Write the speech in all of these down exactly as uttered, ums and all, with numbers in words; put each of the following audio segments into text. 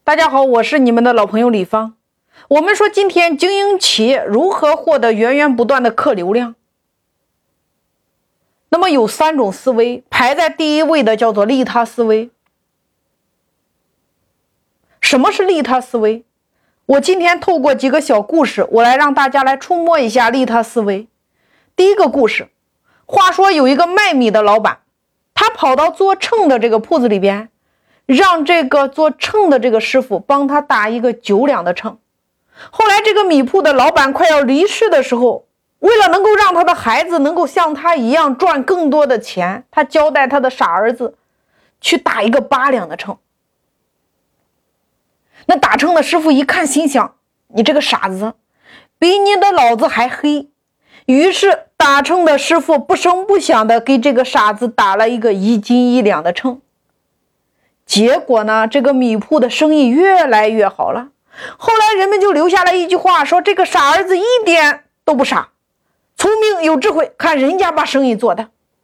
大家好，我是你们的老朋友李芳。我们说今天经营企业如何获得源源不断的客流量。那么有三种思维，排在第一位的叫做利他思维。什么是利他思维？我今天透过几个小故事，我来让大家来触摸一下利他思维。第一个故事，话说有一个卖米的老板，他跑到做秤的这个铺子里边，让这个做秤的这个师傅帮他打一个九两的秤。后来这个米铺的老板快要离世的时候，为了能够让他的孩子能够像他一样赚更多的钱，他交代他的傻儿子去打一个八两的秤。那打秤的师傅一看，心想，你这个傻子比你的老子还黑。于是打秤的师傅不声不响的给这个傻子打了一个一斤一两的秤。结果呢，这个米铺的生意越来越好了。后来人们就留下了一句话，说这个傻儿子一点都不傻，聪明有智慧，看人家把生意做的。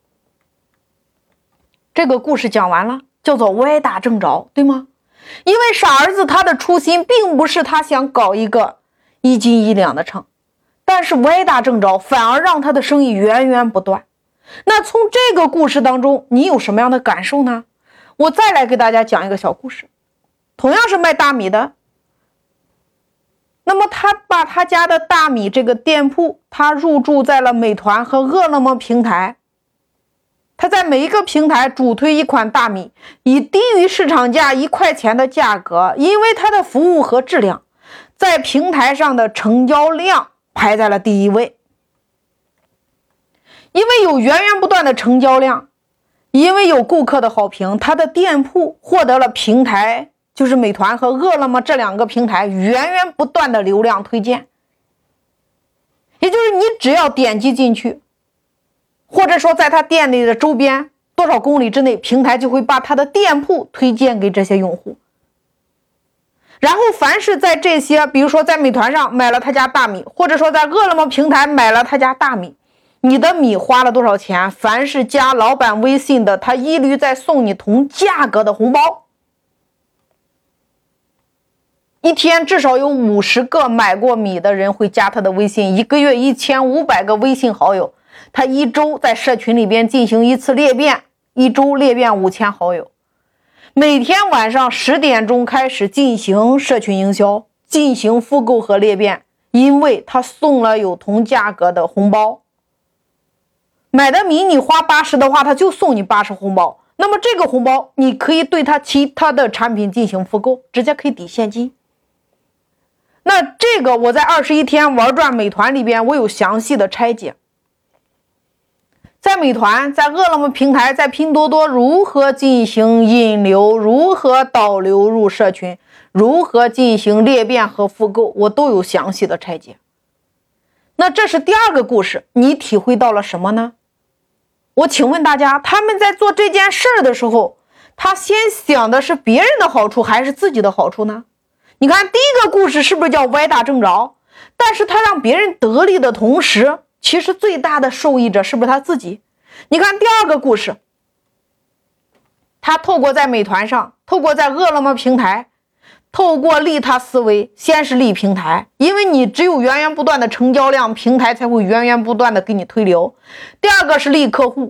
这个故事讲完了，叫做歪打正着，对吗？因为傻儿子他的初心并不是他想搞一个一斤一两的秤，但是歪打正着反而让他的生意源源不断。那从这个故事当中你有什么样的感受呢？我再来给大家讲一个小故事，同样是卖大米的。那么他把他家的大米这个店铺，他入驻在了美团和饿了么平台。他在每一个平台主推一款大米，以低于市场价一块钱的价格，因为他的服务和质量，在平台上的成交量排在了第一位。因为有源源不断的成交量，因为有顾客的好评，他的店铺获得了平台，就是美团和饿了么这两个平台源源不断的流量推荐。也就是你只要点击进去，或者说在他店里的周边多少公里之内，平台就会把他的店铺推荐给这些用户。然后凡是在这些，比如说在美团上买了他家大米，或者说在饿了么平台买了他家大米，你的米花了多少钱，凡是加老板微信的，他一律再送你同价格的红包。一天至少有五十个买过米的人会加他的微信，一个月一千五百个微信好友，他一周在社群里边进行一次裂变，一周裂变五千好友。每天晚上十点钟开始进行社群营销，进行复购和裂变，因为他送了有同价格的红包。买的米你花八十的话，他就送你八十红包。那么这个红包你可以对他其他的产品进行复购，直接可以抵现金。那这个我在二十一天玩转美团里边，我有详细的拆解。在美团，在饿了么平台，在拼多多如何进行引流，如何导流入社群，如何进行裂变和复购，我都有详细的拆解。那这是第二个故事，你体会到了什么呢？我请问大家，他们在做这件事儿的时候，他先想的是别人的好处还是自己的好处呢？你看第一个故事是不是叫歪打正着？但是他让别人得利的同时，其实最大的受益者是不是他自己？你看第二个故事，他透过在美团上，透过在饿了么平台，透过利他思维，先是利平台，因为你只有源源不断的成交量，平台才会源源不断的给你推流。第二个是利客户，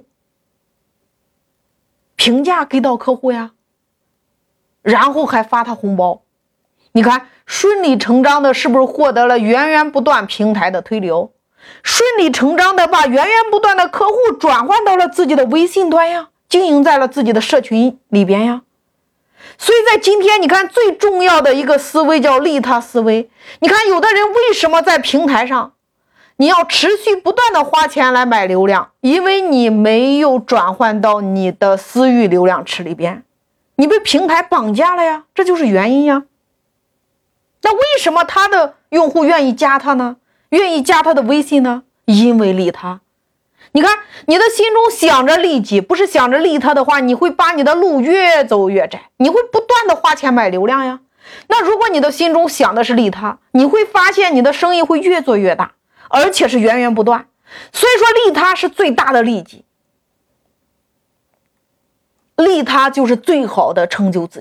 评价给到客户呀，然后还发他红包。你看顺理成章的是不是获得了源源不断平台的推流，顺理成章的把源源不断的客户转换到了自己的微信端呀，经营在了自己的社群里边呀。所以在今天你看最重要的一个思维叫利他思维。你看有的人为什么在平台上你要持续不断的花钱来买流量，因为你没有转换到你的私域流量池里边，你被平台绑架了呀，这就是原因呀。那为什么他的用户愿意加他呢？愿意加他的微信呢？因为利他。你看你的心中想着利己，不是想着利他的话，你会把你的路越走越窄，你会不断的花钱买流量呀。那如果你的心中想的是利他，你会发现你的生意会越做越大，而且是源源不断。所以说利他是最大的利己，利他就是最好的成就自己。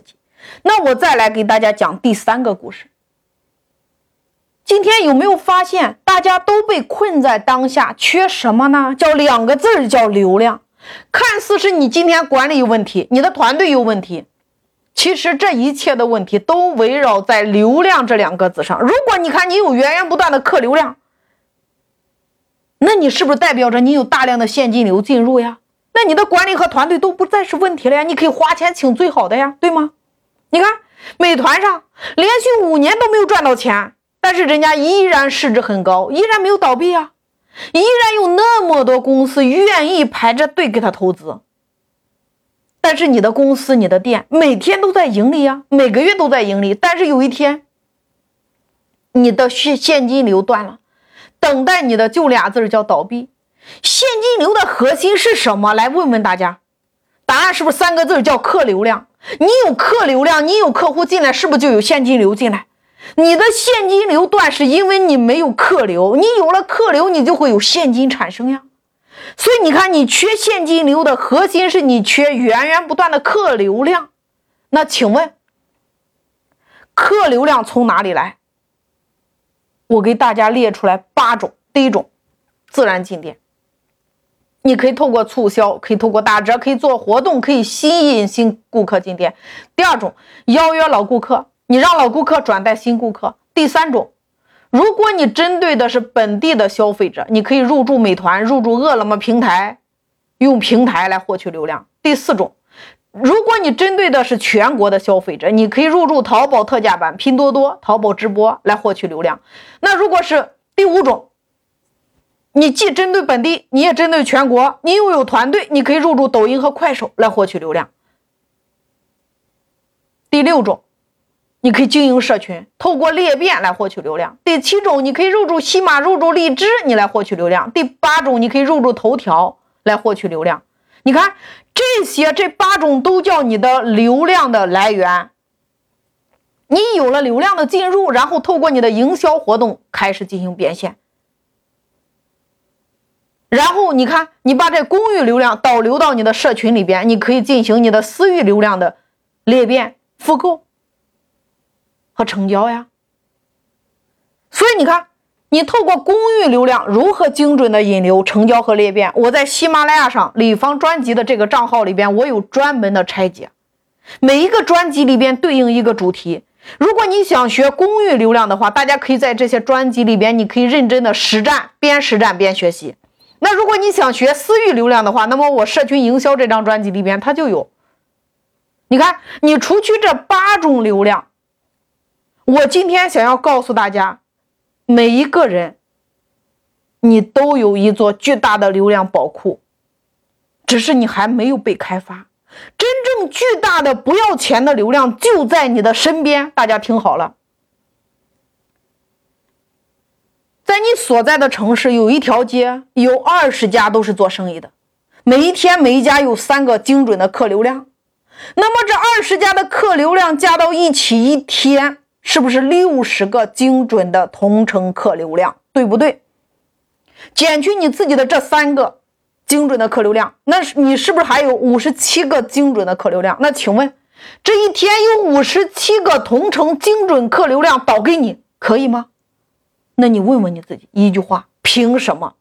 那我再来给大家讲第三个故事。今天有没有发现大家都被困在当下，缺什么呢？叫两个字，叫流量。看似是你今天管理有问题，你的团队有问题，其实这一切的问题都围绕在流量这两个字上。如果你看你有源源不断的客流量，那你是不是代表着你有大量的现金流进入呀？那你的管理和团队都不再是问题了呀，你可以花钱请最好的呀，对吗？你看美团上连续五年都没有赚到钱，但是人家依然市值很高，依然没有倒闭啊，依然有那么多公司愿意排着队给他投资。但是你的公司你的店每天都在盈利啊，每个月都在盈利，但是有一天你的现金流断了，等待你的就俩字，叫倒闭。现金流的核心是什么？来问问大家，答案是不是三个字，叫客流量？你有客流量，你有客户进来，是不是就有现金流进来？你的现金流断是因为你没有客流，你有了客流，你就会有现金产生呀。所以你看，你缺现金流的核心是你缺源源不断的客流量。那请问客流量从哪里来？我给大家列出来八种。第一种，自然进店，你可以透过促销，可以透过打折，可以做活动，可以吸引新顾客进店。第二种，邀约老顾客，你让老顾客转带新顾客。第三种，如果你针对的是本地的消费者，你可以入驻美团，入驻饿了么平台，用平台来获取流量。第四种，如果你针对的是全国的消费者，你可以入驻淘宝特价版、拼多多、淘宝直播来获取流量。那如果是第五种，你既针对本地，你也针对全国，你又有团队，你可以入驻抖音和快手来获取流量。第六种，你可以经营社群，透过裂变来获取流量。第七种，你可以入驻喜马，入驻荔枝，你来获取流量。第八种，你可以入驻头条来获取流量。你看这些，这八种都叫你的流量的来源。你有了流量的进入，然后透过你的营销活动开始进行变现。然后你看，你把这公域流量导流到你的社群里边，你可以进行你的私域流量的裂变、复购和成交呀。所以你看，你透过公域流量如何精准的引流、成交和裂变，我在喜马拉雅上李芳专辑的这个账号里边，我有专门的拆解，每一个专辑里边对应一个主题。如果你想学公域流量的话，大家可以在这些专辑里边，你可以认真的实战，边实战边学习。那如果你想学私域流量的话，那么我社群营销这张专辑里边它就有。你看，你除去这八种流量，我今天想要告诉大家，每一个人你都有一座巨大的流量宝库，只是你还没有被开发。真正巨大的不要钱的流量就在你的身边。大家听好了，在你所在的城市有一条街，有二十家都是做生意的，每一天每一家有三个精准的客流量。那么这二十家的客流量加到一起，一天是不是六十个精准的同城客流量？对不对？减去你自己的这三个精准的客流量，那你是不是还有五十七个精准的客流量？那请问这一天有五十七个同城精准客流量导给你，可以吗？那你问问你自己一句话，凭什么？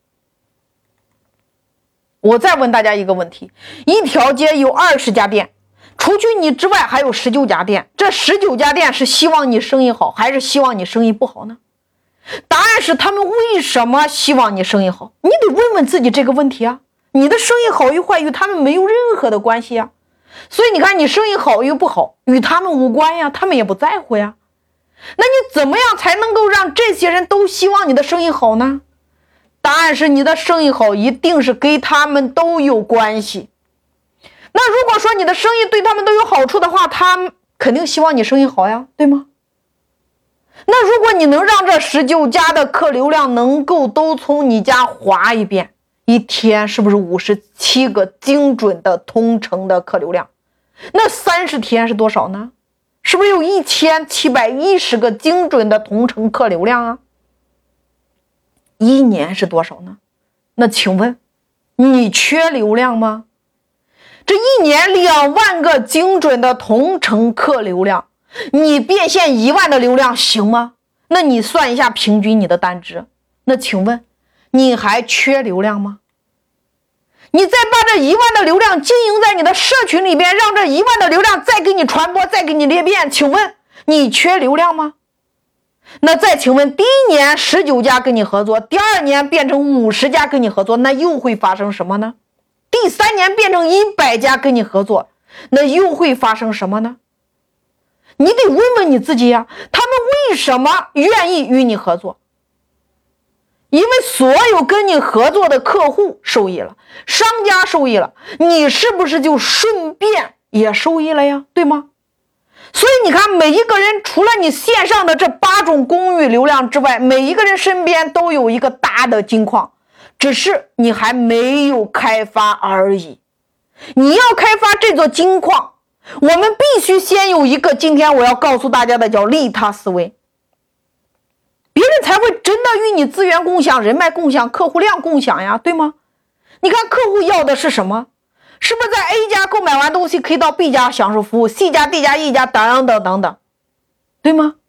我再问大家一个问题，一条街有二十家店，除去你之外还有十九家店，这十九家店是希望你生意好还是希望你生意不好呢？答案是他们为什么希望你生意好？你得问问自己这个问题啊！你的生意好与坏与他们没有任何的关系啊！所以你看，你生意好与不好与他们无关呀，他们也不在乎呀。那你怎么样才能够让这些人都希望你的生意好呢？答案是你的生意好一定是跟他们都有关系。那如果说你的生意对他们都有好处的话，他们肯定希望你生意好呀，对吗？那如果你能让这十九家的客流量能够都从你家划一遍，一天是不是五十七个精准的同城的客流量？那三十天是多少呢？是不是有一千七百一十个精准的同城客流量啊？一年是多少呢？那请问你缺流量吗？ 这一年两万个精准的同城客流量，你变现一万的流量行吗？那你算一下平均你的单值，那请问你还缺流量吗？你再把这一万的流量经营在你的社群里边，让这一万的流量再给你传播，再给你裂变，请问你缺流量吗？那再请问，第一年十九家跟你合作，第二年变成五十家跟你合作，那又会发生什么呢？第三年变成一百家跟你合作，那又会发生什么呢？你得问问你自己呀，他们为什么愿意与你合作？因为所有跟你合作的客户受益了，商家受益了，你是不是就顺便也受益了呀？对吗？所以你看，每一个人除了你线上的这八种公域流量之外，每一个人身边都有一个大的金矿，只是你还没有开发而已。你要开发这座金矿，我们必须先有一个今天我要告诉大家的叫利他思维，别人才会真的与你资源共享、人脉共享、客户量共享呀，对吗？你看客户要的是什么？是不是在 A 家购买完东西可以到 B 家享受服务， C 家 D 家 E 家等等等等，对吗？